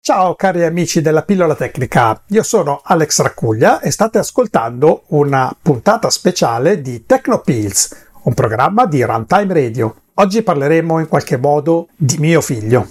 Ciao cari amici della pillola tecnica, io sono Alex Raccuglia e state ascoltando una puntata speciale di Tecnopills, un programma di Runtime Radio. Oggi parleremo in qualche modo di mio figlio.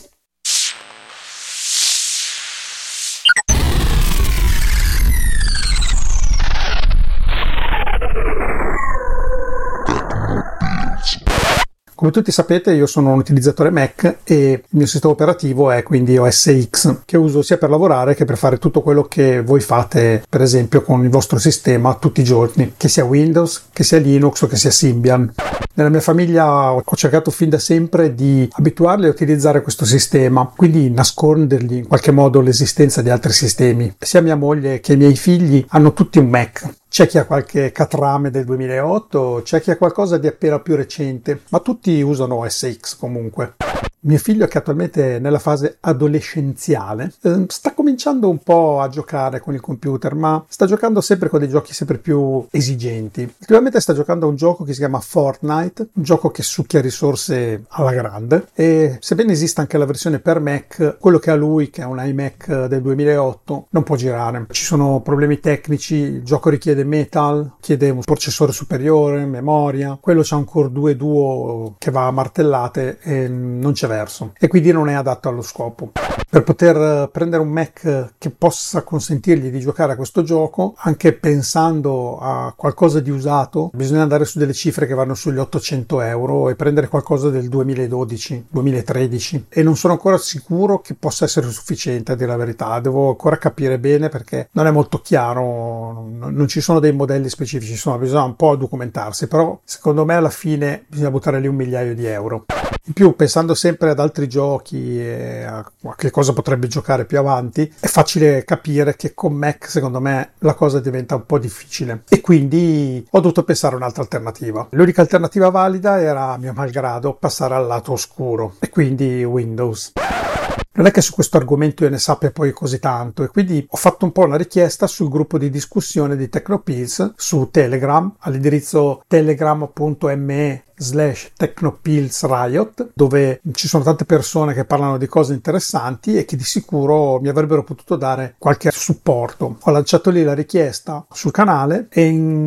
Come tutti sapete, io sono un utilizzatore Mac e il mio sistema operativo è quindi OS X, che uso sia per lavorare che per fare tutto quello che voi fate, per esempio, con il vostro sistema tutti i giorni, che sia Windows, che sia Linux o che sia Symbian. Nella mia famiglia ho cercato fin da sempre di abituarli a utilizzare questo sistema, quindi nascondergli in qualche modo l'esistenza di altri sistemi. Sia mia moglie che i miei figli hanno tutti un Mac. C'è chi ha qualche catrame del 2008, c'è chi ha qualcosa di appena più recente, ma tutti usano OS X comunque. Mio figlio, che attualmente è nella fase adolescenziale, sta cominciando un po' a giocare con il computer, ma sta giocando sempre con dei giochi sempre più esigenti. Ultimamente sta giocando a un gioco che si chiama Fortnite, un gioco che succhia risorse alla grande, e sebbene esista anche la versione per Mac, quello che ha lui, che è un iMac del 2008, non può girare. Ci sono problemi tecnici, il gioco richiede Metal, chiede un processore superiore, memoria, quello c'ha un Core 2 Duo che va a martellate e non c'è verso, e quindi non è adatto allo scopo. Per poter prendere un Mac che possa consentirgli di giocare a questo gioco, anche pensando a qualcosa di usato, bisogna andare su delle cifre che vanno sugli 800 euro e prendere qualcosa del 2012-2013, e non sono ancora sicuro che possa essere sufficiente, a dire la verità. Devo ancora capire bene perché non è molto chiaro, non ci sono dei modelli specifici, insomma bisogna un po' documentarsi, però secondo me alla fine bisogna buttare lì 1.000.000 euro. In più, pensando sempre ad altri giochi e a che cosa potrebbe giocare più avanti, è facile capire che con Mac secondo me la cosa diventa un po' difficile, e quindi ho dovuto pensare a un'altra alternativa. L'unica alternativa valida era, a mio malgrado, passare al lato oscuro, e quindi Windows. Non è che su questo argomento io ne sappia poi così tanto, e quindi ho fatto un po' una richiesta sul gruppo di discussione di Tecnopills su Telegram all'indirizzo telegram.me/TecnopillsRiot, dove ci sono tante persone che parlano di cose interessanti e che di sicuro mi avrebbero potuto dare qualche supporto. Ho lanciato lì la richiesta sul canale e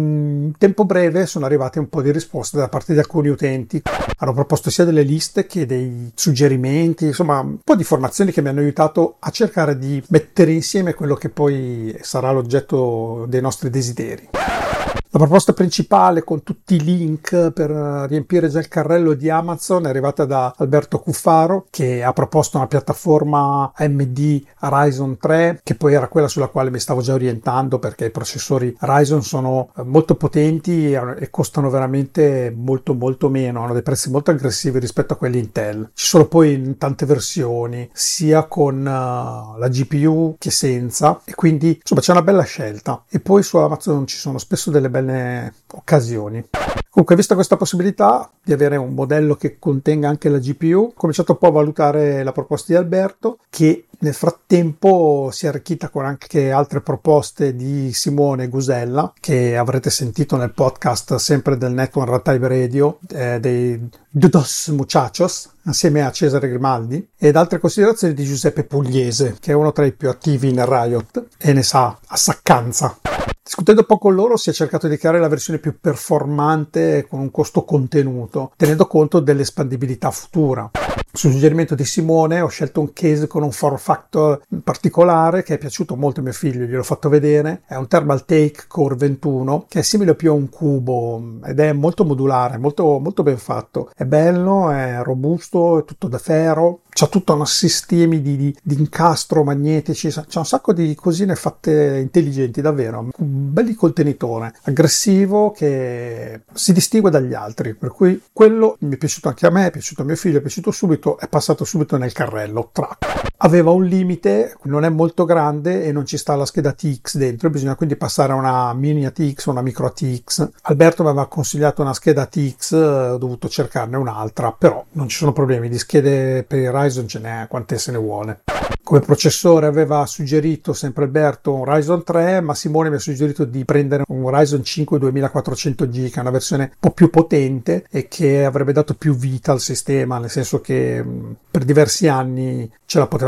in tempo breve sono arrivate un po' di risposte da parte di alcuni utenti. Hanno proposto sia delle liste che dei suggerimenti, insomma un po' di informazioni che mi hanno aiutato a cercare di mettere insieme quello che poi sarà l'oggetto dei nostri desideri. La proposta principale, con tutti i link per riempire già il carrello di Amazon, è arrivata da Alberto Cuffaro, che ha proposto una piattaforma AMD Ryzen 3, che poi era quella sulla quale mi stavo già orientando, perché i processori Ryzen sono molto potenti e costano veramente molto meno, hanno dei prezzi molto aggressivi rispetto a quelli Intel. Ci sono poi tante versioni, sia con la GPU che senza, e quindi insomma c'è una bella scelta. E poi su Amazon ci sono spesso delle belle occasioni. Comunque, vista questa possibilità di avere un modello che contenga anche la GPU, ho cominciato un po' a valutare la proposta di Alberto, che nel frattempo si è arricchita con anche altre proposte di Simone Gusella, che avrete sentito nel podcast sempre del Network Runtime Radio, dei Dos Muchachos, assieme a Cesare Grimaldi, ed altre considerazioni di Giuseppe Pugliese, che è uno tra i più attivi in Riot e ne sa a saccanza. Discutendo un po' con loro, si è cercato di creare la versione più performante con un costo contenuto, tenendo conto dell'espandibilità futura. Sul suggerimento di Simone ho scelto un case con un form factor particolare che è piaciuto molto a mio figlio, gliel'ho fatto vedere. È un Thermaltake Core 21 che è simile più a un cubo ed è molto modulare, molto ben fatto. È bello, è robusto, è tutto da ferro, c'ha tutto un sistemi di incastro magnetici, c'ha un sacco di cosine fatte intelligenti, davvero. Un bel contenitore, aggressivo, che si distingue dagli altri, per cui quello mi è piaciuto anche a me, è piaciuto a mio figlio, è piaciuto subito, è passato subito nel carrello. Aveva un limite, non è molto grande e non ci sta la scheda ATX dentro, bisogna quindi passare a una mini ATX o una micro ATX. Alberto mi aveva consigliato una scheda ATX, ho dovuto cercarne un'altra, però non ci sono problemi, di schede per i Ryzen ce n'è quante se ne vuole. Come processore aveva suggerito sempre Alberto un Ryzen 3, ma Simone mi ha suggerito di prendere un Ryzen 5 2400G, che è una versione un po' più potente e che avrebbe dato più vita al sistema, nel senso che per diversi anni ce la poteva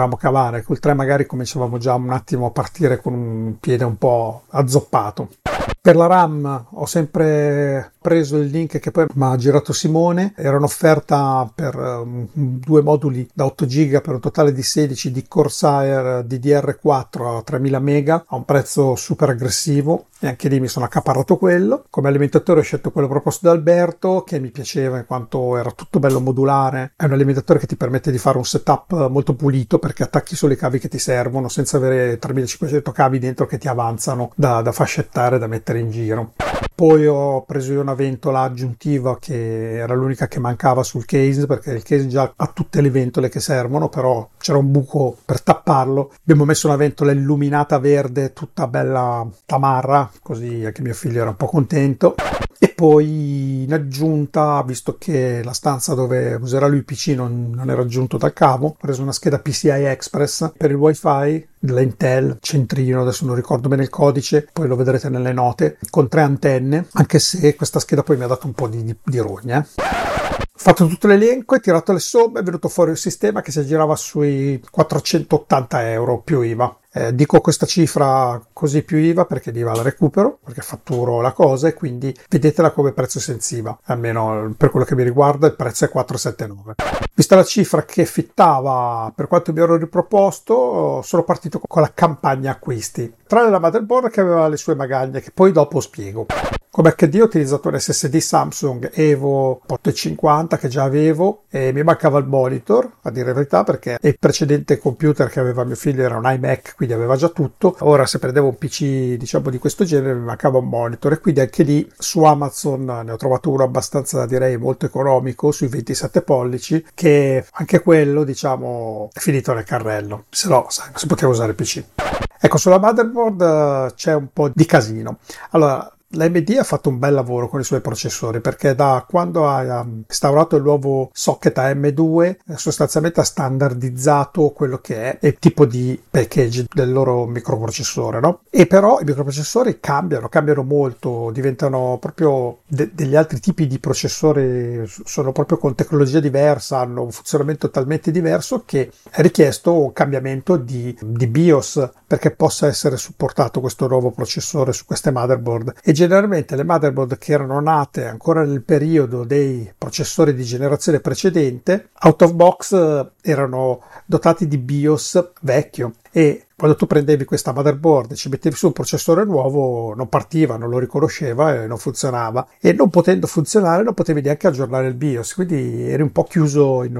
dovevamo cavare. Col 3 magari cominciavamo già un attimo a partire con un piede un po' azzoppato. Per la RAM ho sempre preso il link che poi mi ha girato Simone, era un'offerta per 2 moduli da 8 GB per un totale di 16 di Corsair DDR4 a 3000 MB a un prezzo super aggressivo, e anche lì mi sono accaparrato quello. Come alimentatore ho scelto quello proposto da Alberto, che mi piaceva in quanto era tutto bello modulare. È un alimentatore che ti permette di fare un setup molto pulito, perché attacchi solo i cavi che ti servono senza avere 3500 cavi dentro che ti avanzano da fascettare, da mettere in giro. Poi ho preso io una ventola aggiuntiva che era l'unica che mancava sul case, perché il case già ha tutte le ventole che servono, però c'era un buco per tapparlo. Abbiamo messo una ventola illuminata verde tutta bella tamarra, così anche mio figlio era un po' contento. E poi in aggiunta, visto che la stanza dove userà lui il PC non era aggiunto dal cavo, ho preso una scheda PCI Express per il wifi della Intel, centrino, adesso non ricordo bene il codice, poi lo vedrete nelle note, con 3 antenne, anche se questa scheda poi mi ha dato un po' di rogna. Ho fatto tutto l'elenco e tirato le somme, è venuto fuori un sistema che si aggirava sui 480 euro più IVA. Dico questa cifra così più IVA perché l'IVA la recupero, perché fatturo la cosa, e quindi vedetela come prezzo senza IVA, almeno per quello che mi riguarda il prezzo è 479. Vista la cifra che fittava per quanto mi ero riproposto, sono partito con la campagna acquisti, tranne la motherboard che aveva le sue magagne che poi dopo spiego. Come HD ho utilizzato un SSD Samsung Evo 850 che già avevo, e mi mancava il monitor, a dire la verità, perché il precedente computer che aveva mio figlio era un iMac, quindi aveva già tutto. Ora se prendevo un PC diciamo di questo genere mi mancava un monitor, e quindi anche lì su Amazon ne ho trovato uno abbastanza, direi, molto economico, sui 27 pollici, che anche quello diciamo è finito nel carrello, se no sai, non si poteva usare il PC. Ecco, sulla motherboard c'è un po' di casino. Allora, l'AMD ha fatto un bel lavoro con i suoi processori, perché da quando ha instaurato il nuovo socket AM2 sostanzialmente ha standardizzato quello che è il tipo di package del loro microprocessore, no? E però i microprocessori cambiano molto, diventano proprio degli altri tipi di processori, sono proprio con tecnologia diversa, hanno un funzionamento talmente diverso che è richiesto un cambiamento di BIOS perché possa essere supportato questo nuovo processore su queste motherboard. E generalmente le motherboard che erano nate ancora nel periodo dei processori di generazione precedente, out of box erano dotati di BIOS vecchio, e quando tu prendevi questa motherboard e ci mettevi su un processore nuovo non partiva, non lo riconosceva e non funzionava, e non potendo funzionare non potevi neanche aggiornare il BIOS, quindi eri un po' chiuso in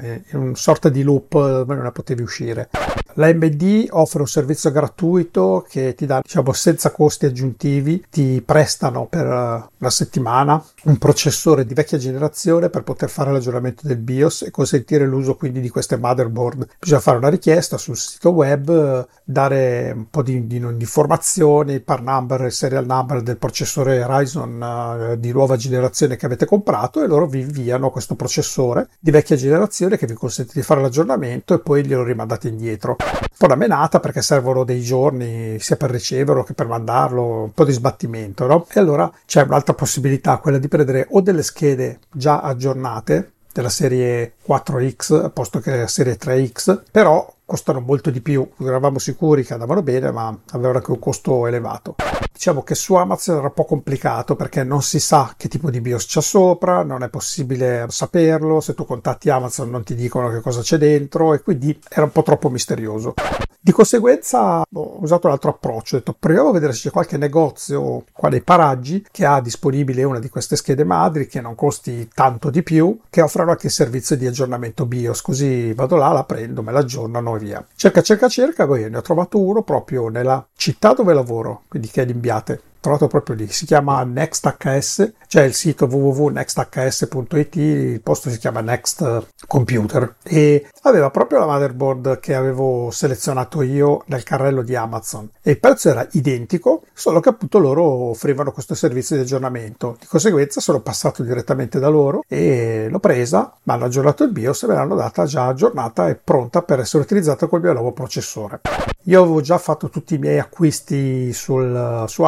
un sorta di loop dove non ne potevi uscire. L'AMD offre un servizio gratuito che ti dà, diciamo, senza costi aggiuntivi, ti prestano per una settimana un processore di vecchia generazione per poter fare l'aggiornamento del BIOS e consentire l'uso quindi di queste motherboard. Bisogna fare una richiesta sul sito web, dare un po' di informazioni, il part number, il serial number del processore Ryzen di nuova generazione che avete comprato, e loro vi inviano questo processore di vecchia generazione che vi consente di fare l'aggiornamento e poi glielo rimandate indietro. Un po' una menata perché servono dei giorni sia per riceverlo che per mandarlo, un po' di sbattimento, no? E allora c'è un'altra possibilità, quella di prendere o delle schede già aggiornate della serie 4X al posto che la serie 3X, però costano molto di più. Eravamo sicuri che andavano bene, ma avevano anche un costo elevato. Diciamo che su Amazon era un po' complicato perché non si sa che tipo di BIOS c'è sopra, non è possibile saperlo, se tu contatti Amazon non ti dicono che cosa c'è dentro, e quindi era un po' troppo misterioso. Di conseguenza ho usato un altro approccio, ho detto proviamo a vedere se c'è qualche negozio qua nei paraggi che ha disponibile una di queste schede madri che non costi tanto di più, che offrono anche il servizio di aggiornamento BIOS, così vado là, la prendo, me la aggiornano e via. Cerca, poi ne ho trovato uno proprio nella città dove lavoro, quindi che è l'Imbiate. Trovato proprio lì, si chiama NextHS, c'è il sito www.nexths.it, il posto si chiama Next Computer, e aveva proprio la motherboard che avevo selezionato io nel carrello di Amazon, e il prezzo era identico, solo che appunto loro offrivano questo servizio di aggiornamento. Di conseguenza sono passato direttamente da loro e l'ho presa, mi hanno aggiornato il BIOS e me l'hanno data già aggiornata e pronta per essere utilizzata col mio nuovo processore. Io avevo già fatto tutti i miei acquisti su Amazon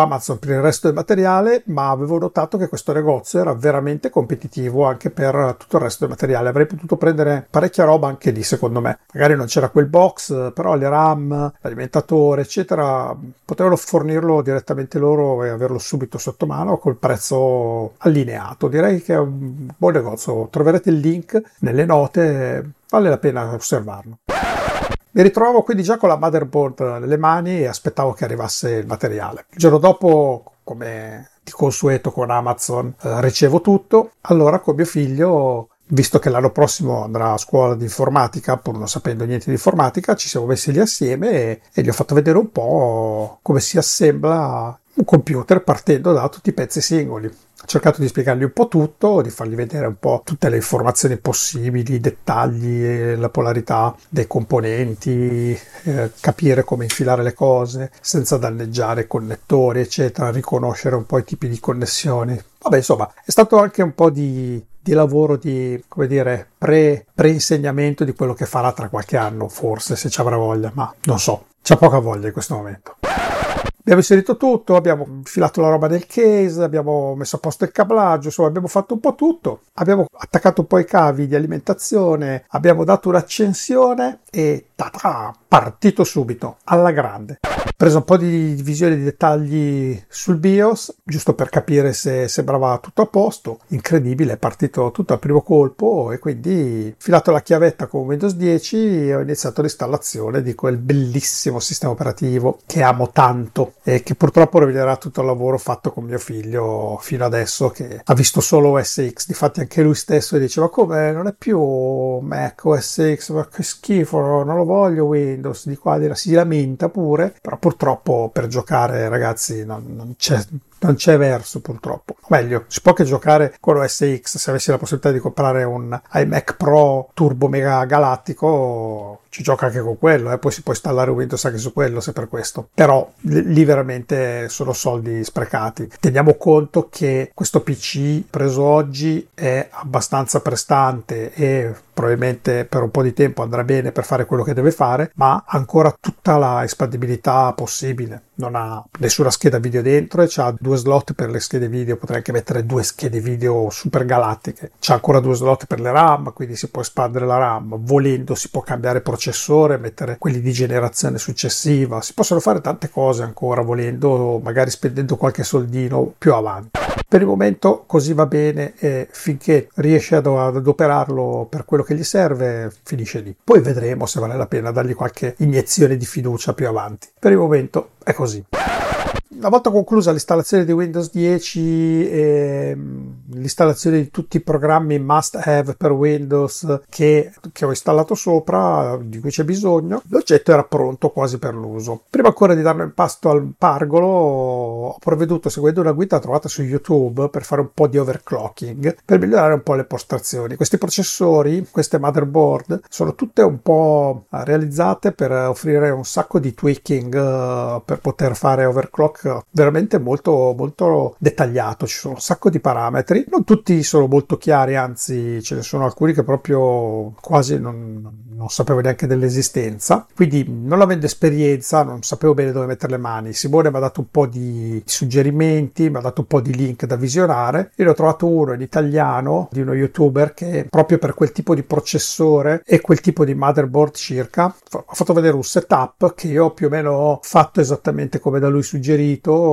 per il resto del materiale, ma avevo notato che questo negozio era veramente competitivo anche per tutto il resto del materiale. Avrei potuto prendere parecchia roba anche lì, secondo me. Magari non c'era quel box, però le RAM, l'alimentatore, eccetera, potevano fornirlo direttamente loro e averlo subito sotto mano col prezzo allineato. Direi che è un buon negozio. Troverete il link nelle note, vale la pena osservarlo. Mi ritrovavo quindi già con la motherboard nelle mani e aspettavo che arrivasse il materiale. Il giorno dopo, come di consueto con Amazon, ricevo tutto. Allora con mio figlio, visto che l'anno prossimo andrà a scuola di informatica, pur non sapendo niente di informatica, ci siamo messi lì assieme e gli ho fatto vedere un po' come si assembla un computer partendo da tutti i pezzi singoli. Ho cercato di spiegargli un po' tutto, di fargli vedere un po' tutte le informazioni possibili, i dettagli, la polarità dei componenti, capire come infilare le cose senza danneggiare i connettori, eccetera, riconoscere un po' i tipi di connessioni. Vabbè, insomma, è stato anche un po' di lavoro di, come dire, pre-insegnamento di quello che farà tra qualche anno, forse, se ci avrà voglia, ma non so, c'ha poca voglia in questo momento. Abbiamo inserito tutto, abbiamo infilato la roba nel case, abbiamo messo a posto il cablaggio, insomma abbiamo fatto un po' tutto, abbiamo attaccato un po' i cavi di alimentazione, abbiamo dato un'accensione e partito subito, alla grande. Ho preso un po' di visione di dettagli sul BIOS, giusto per capire se sembrava tutto a posto. Incredibile, è partito tutto al primo colpo e quindi infilato la chiavetta con Windows 10 e ho iniziato l'installazione di quel bellissimo sistema operativo che amo tanto e che purtroppo rovinerà tutto il lavoro fatto con mio figlio fino adesso, che ha visto solo OS X. Difatti anche lui stesso diceva: come non è più Mac OS X, ma che schifo, non lo voglio Windows, di qua di là, si lamenta pure, però purtroppo per giocare, ragazzi, non c'è verso, purtroppo. O meglio, si può che giocare con OS X. Se avessi la possibilità di comprare un iMac Pro Turbo Mega Galattico, ci gioca anche con quello, poi si può installare Windows anche su quello, se per questo. Però lì veramente sono soldi sprecati. Teniamo conto che questo PC preso oggi è abbastanza prestante e probabilmente per un po' di tempo andrà bene per fare quello che deve fare, ma ha ancora tutta la espandibilità possibile. Non ha nessuna scheda video dentro e c'ha 2 slot per le schede video, potrei anche mettere 2 schede video super galattiche. C'ha ancora 2 slot per le RAM, quindi si può espandere la RAM. Volendo si può cambiare processore, mettere quelli di generazione successiva. Si possono fare tante cose ancora volendo, magari spendendo qualche soldino più avanti. Per il momento così va bene e finché riesce ad adoperarlo per quello che gli serve, finisce lì. Poi vedremo se vale la pena dargli qualche iniezione di fiducia più avanti. Per il momento è così. Una volta conclusa l'installazione di Windows 10 e l'installazione di tutti i programmi must have per Windows che ho installato sopra, di cui c'è bisogno, l'oggetto era pronto quasi per l'uso. Prima ancora di darlo in pasto al pargolo, ho provveduto, seguendo una guida trovata su YouTube, per fare un po' di overclocking, per migliorare un po' le postazioni. Questi processori, queste motherboard, sono tutte un po' realizzate per offrire un sacco di tweaking, per poter fare overclock veramente molto molto dettagliato. Ci sono un sacco di parametri, non tutti sono molto chiari, anzi ce ne sono alcuni che proprio quasi non sapevo neanche dell'esistenza, quindi non avendo esperienza non sapevo bene dove mettere le mani. Simone mi ha dato un po' di suggerimenti, mi ha dato un po' di link da visionare. Io ne ho trovato uno in italiano di uno youtuber che proprio per quel tipo di processore e quel tipo di motherboard circa ha fatto vedere un setup che io più o meno ho fatto esattamente come da lui suggerito,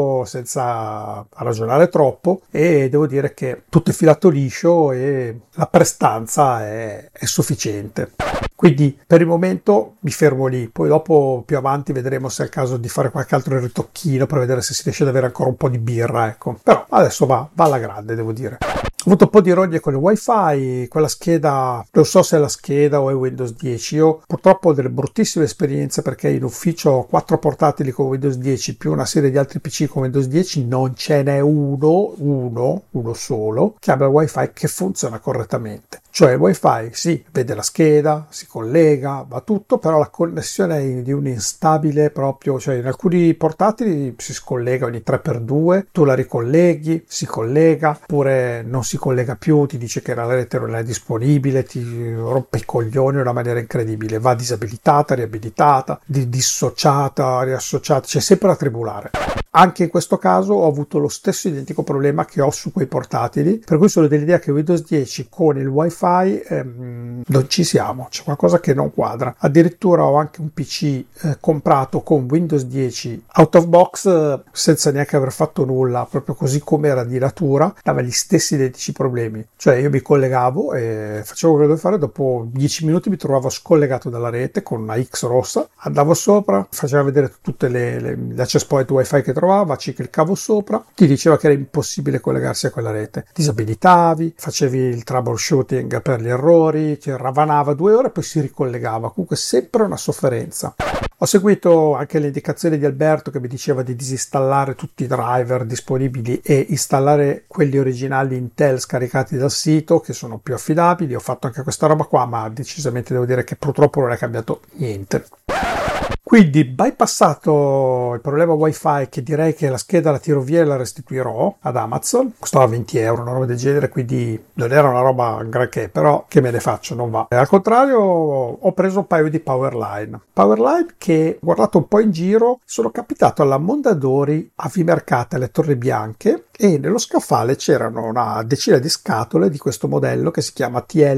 senza ragionare troppo, e devo dire che tutto è filato liscio e la prestanza è sufficiente. Quindi per il momento mi fermo lì, poi dopo più avanti vedremo se è il caso di fare qualche altro ritocchino per vedere se si riesce ad avere ancora un po' di birra, ecco. Però adesso va alla grande, devo dire. Ho avuto un po' di rogne con il wifi, quella scheda, non so se è la scheda o è Windows 10. Io purtroppo ho delle bruttissime esperienze perché in ufficio ho 4 portatili con Windows 10 più una serie di altri PC con Windows 10, non ce n'è uno solo che abbia il wifi che funziona correttamente. Cioè il wifi sì, vede la scheda, si collega, va tutto, però la connessione è di un instabile proprio, cioè in alcuni portatili si scollega ogni 3x2, tu la ricolleghi, si collega, oppure non si collega più, ti dice che la rete non è disponibile, ti rompe i coglioni in una maniera incredibile, va disabilitata, riabilitata, dissociata, riassociata, c'è sempre da tribulare. Anche in questo caso ho avuto lo stesso identico problema che ho su quei portatili, per cui sono dell'idea che Windows 10 con il wifi non ci siamo, c'è qualcosa che non quadra. Addirittura ho anche un PC comprato con Windows 10 out of box, senza neanche aver fatto nulla, proprio così come era di natura, dava gli stessi identici problemi. Cioè io mi collegavo e facevo quello che dovevo fare, dopo 10 minuti mi trovavo scollegato dalla rete con una X rossa, andavo sopra, faceva vedere tutte le access point wifi che trovava, ci cliccavo sopra, ti diceva che era impossibile collegarsi a quella rete, disabilitavi, facevi il troubleshooting per gli errori, ti ravanava 2 ore e poi si ricollegava. Comunque sempre una sofferenza. Ho seguito anche le indicazioni di Alberto che mi diceva di disinstallare tutti i driver disponibili e installare quelli originali Intel scaricati dal sito, che sono più affidabili. Ho fatto anche questa roba qua, ma decisamente devo dire che purtroppo non è cambiato niente. Quindi, bypassato il problema wifi, che direi che la scheda la tiro via e la restituirò ad Amazon, costava 20 euro, una roba del genere, quindi non era una roba granché, però che me ne faccio, non va. Al contrario, ho preso un paio di Powerline che, guardato un po' in giro, sono capitato alla Mondadori a Vimercate, alle Torri Bianche, e nello scaffale c'erano una decina di scatole di questo modello che si chiama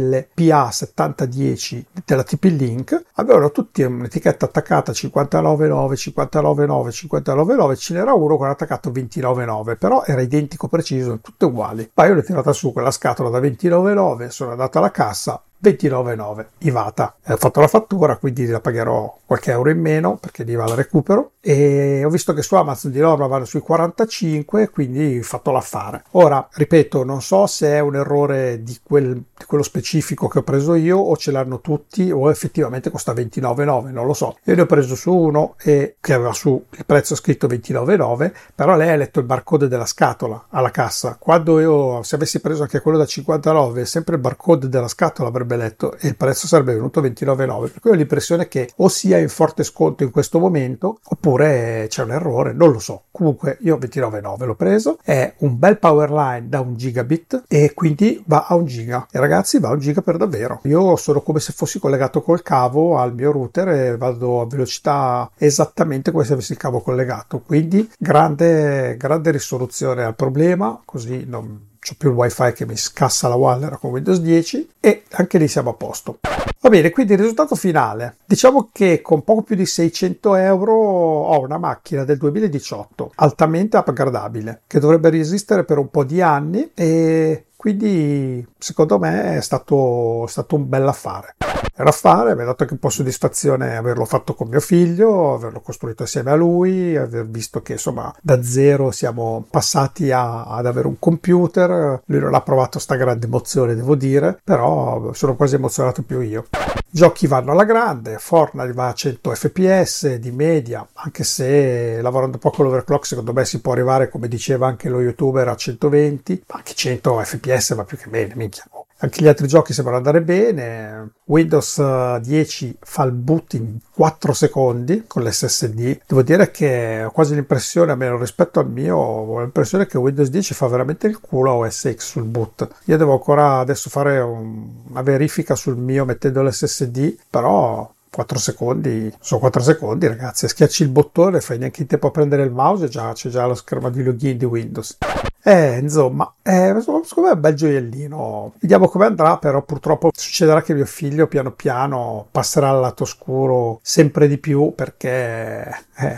TLPA7010 della TP-Link. Avevano tutti un'etichetta attaccata 59,9, 59,9, 59,9, ce n'era uno con attaccato 29,9, però era identico preciso, tutte uguali. Ma io l'ho tirata su quella scatola da 29,9, sono andato alla cassa, 29,9 IVATA. Ho fatto la fattura, quindi la pagherò qualche euro in meno perché l'IVA la recupero, e ho visto che su Amazon di norma vanno sui 45, quindi ho fatto l'affare. Ora, ripeto, non so se è un errore di quello specifico che ho preso io o ce l'hanno tutti o effettivamente costa 29,9, non lo so. Io ne ho preso su uno e che aveva su il prezzo scritto 29,9, però lei ha letto il barcode della scatola alla cassa. Quando io, se avessi preso anche quello da 59, sempre il barcode della scatola avrebbe letto e il prezzo sarebbe venuto 29,9, per cui ho l'impressione che o sia in forte sconto in questo momento oppure c'è un errore, non lo so. Comunque io 29,9 l'ho preso, è un bel Powerline da 1 gigabit e quindi va a 1 giga, e ragazzi va a 1 giga per davvero. Io sono come se fossi collegato col cavo al mio router e vado a velocità esattamente come se avessi il cavo collegato, quindi grande risoluzione al problema, così non c'ho più il wifi che mi scassa la Wallera con Windows 10 e anche lì siamo a posto. Va bene, quindi il risultato finale. Diciamo che con poco più di 600 euro ho una macchina del 2018 altamente upgradabile che dovrebbe resistere per un po' di anni e quindi secondo me è stato un bel affare. È un affare, mi ha dato anche un po' soddisfazione averlo fatto con mio figlio, averlo costruito assieme a lui, aver visto che insomma da zero siamo passati ad avere un computer. Lui non ha provato sta grande emozione, devo dire, però sono quasi emozionato più io. I giochi vanno alla grande, Fortnite va a 100 fps di media, anche se lavorando poco l'overclock secondo me si può arrivare, come diceva anche lo youtuber, a 120, ma anche 100 fps va più che bene, minchia. Anche gli altri giochi sembrano andare bene. Windows 10 fa il boot in 4 secondi con l'SSD. Devo dire che ho quasi l'impressione, almeno rispetto al mio, ho l'impressione che Windows 10 fa veramente il culo a OS X sul boot. Io devo ancora adesso fare una verifica sul mio mettendo l'SSD, però 4 secondi, sono 4 secondi ragazzi, schiacci il bottone, fai neanche in tempo a prendere il mouse e c'è già lo schermo di login di Windows. Insomma, secondo me è un bel gioiellino. Vediamo come andrà, però purtroppo succederà che mio figlio piano piano passerà al lato oscuro sempre di più perché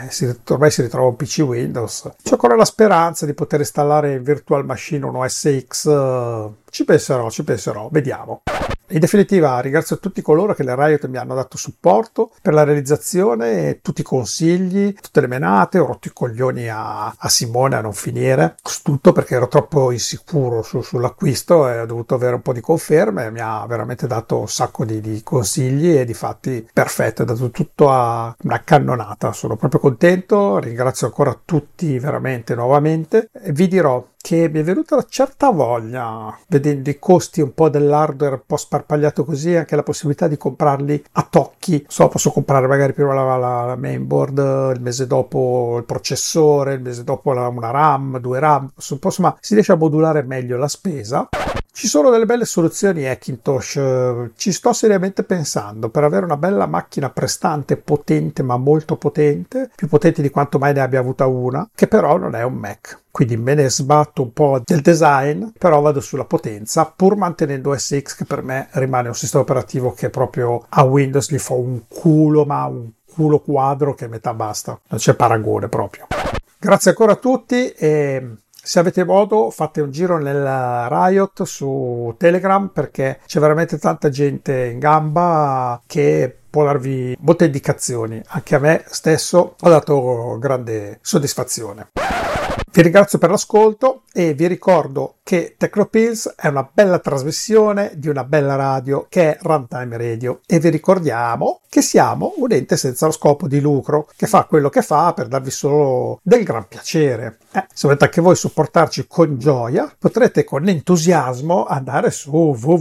ormai si ritrova un PC Windows. C'ho ancora la speranza di poter installare in Virtual Machine un OS X. Ci penserò, vediamo. In definitiva ringrazio tutti coloro che le Riot mi hanno dato supporto per la realizzazione, tutti i consigli, tutte le menate. Ho rotto i coglioni a Simone a non finire, tutto perché ero troppo insicuro sull'acquisto e ho dovuto avere un po' di conferme. Mi ha veramente dato un sacco di consigli e di fatti perfetto, è dato tutto a una cannonata. Sono proprio contento, ringrazio ancora tutti veramente nuovamente e vi dirò che mi è venuta una certa voglia, vedendo i costi un po' dell'hardware un po' sparpagliato così, anche la possibilità di comprarli a tocchi. Posso comprare magari prima la mainboard, il mese dopo il processore, il mese dopo una RAM, 2 RAM, insomma si riesce a modulare meglio la spesa. Ci sono delle belle soluzioni Hackintosh, ci sto seriamente pensando per avere una bella macchina prestante, potente ma molto potente, più potente di quanto mai ne abbia avuta una, che però non è un Mac. Quindi me ne sbatto un po' del design, però vado sulla potenza, pur mantenendo OS X, che per me rimane un sistema operativo che proprio a Windows gli fa un culo, ma un culo quadro che metà basta, non c'è paragone proprio. Grazie ancora a tutti e se avete modo fate un giro nel Riot su Telegram, perché c'è veramente tanta gente in gamba che può darvi molte indicazioni. Anche a me stesso ha dato grande soddisfazione. Vi ringrazio per l'ascolto e vi ricordo che TechnoPills è una bella trasmissione di una bella radio che è Runtime Radio, e vi ricordiamo che siamo un ente senza lo scopo di lucro che fa quello che fa per darvi solo del gran piacere. Se volete anche voi supportarci con gioia, potrete con entusiasmo andare su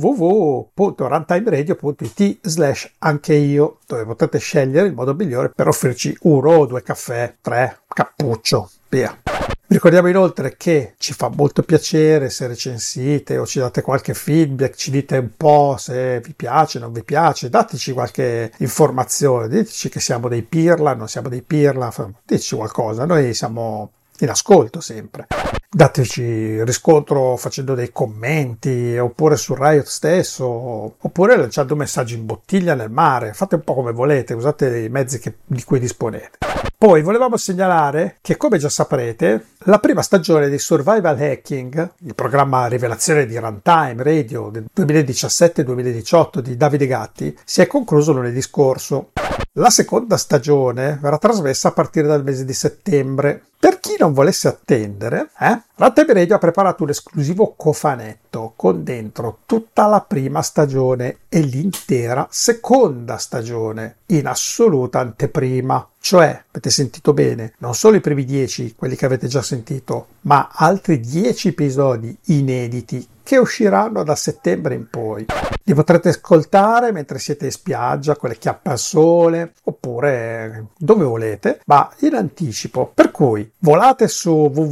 www.runtimeradio.it/ancheio, dove potete scegliere il modo migliore per offrirci 1 o 2 caffè, 3 cappuccio, via. Vi ricordiamo inoltre che ci fa molto piacere se recensite o ci date qualche feedback, ci dite un po' se vi piace, non vi piace, dateci qualche informazione, diteci che siamo dei pirla, non siamo dei pirla, diteci qualcosa, noi siamo in ascolto sempre. Dateci riscontro facendo dei commenti, oppure su Riot stesso, oppure lanciando messaggi in bottiglia nel mare, fate un po' come volete, usate i mezzi di cui disponete. Poi volevamo segnalare che, come già saprete, la prima stagione di Survival Hacking, il programma rivelazione di Runtime Radio del 2017-2018 di Davide Gatti, si è concluso lunedì scorso. La seconda stagione verrà trasmessa a partire dal mese di settembre. Per chi non volesse attendere, Runtime Radio ha preparato un esclusivo cofanetto con dentro tutta la prima stagione e l'intera seconda stagione in assoluta anteprima. Cioè, avete sentito bene, non solo i primi 10, quelli che avete già sentito, ma altri 10 episodi inediti che usciranno da settembre in poi. Li potrete ascoltare mentre siete in spiaggia, con le chiappe al sole, oppure dove volete, ma in anticipo. Per cui volate su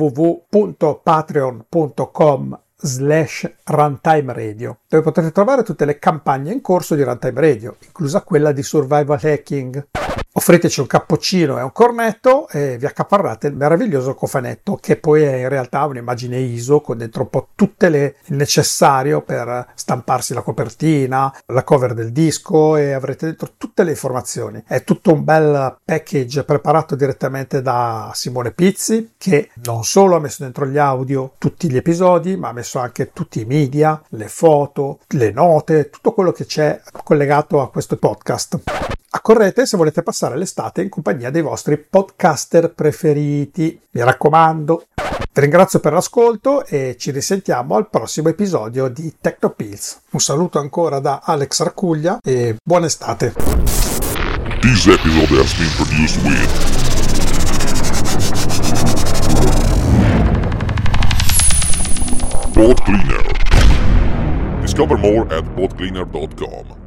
www.patreon.com/Runtime Radio, dove potrete trovare tutte le campagne in corso di Runtime Radio, inclusa quella di Survival Hacking. Offriteci un cappuccino e un cornetto e vi accaparrate il meraviglioso cofanetto, che poi è in realtà un'immagine ISO con dentro un po' il necessario per stamparsi la copertina, la cover del disco, e avrete dentro tutte le informazioni. È tutto un bel package preparato direttamente da Simone Pizzi, che non solo ha messo dentro gli audio tutti gli episodi, ma ha messo anche tutti i media, le foto, le note, tutto quello che c'è collegato a questo podcast. Accorrete se volete passare l'estate in compagnia dei vostri podcaster preferiti. Mi raccomando. Vi ringrazio per l'ascolto e ci risentiamo al prossimo episodio di TechnoPills. Un saluto ancora da Alex Arcuglia e buona estate. This episode has been produced with Pod Cleaner. Discover more at podcleaner.com.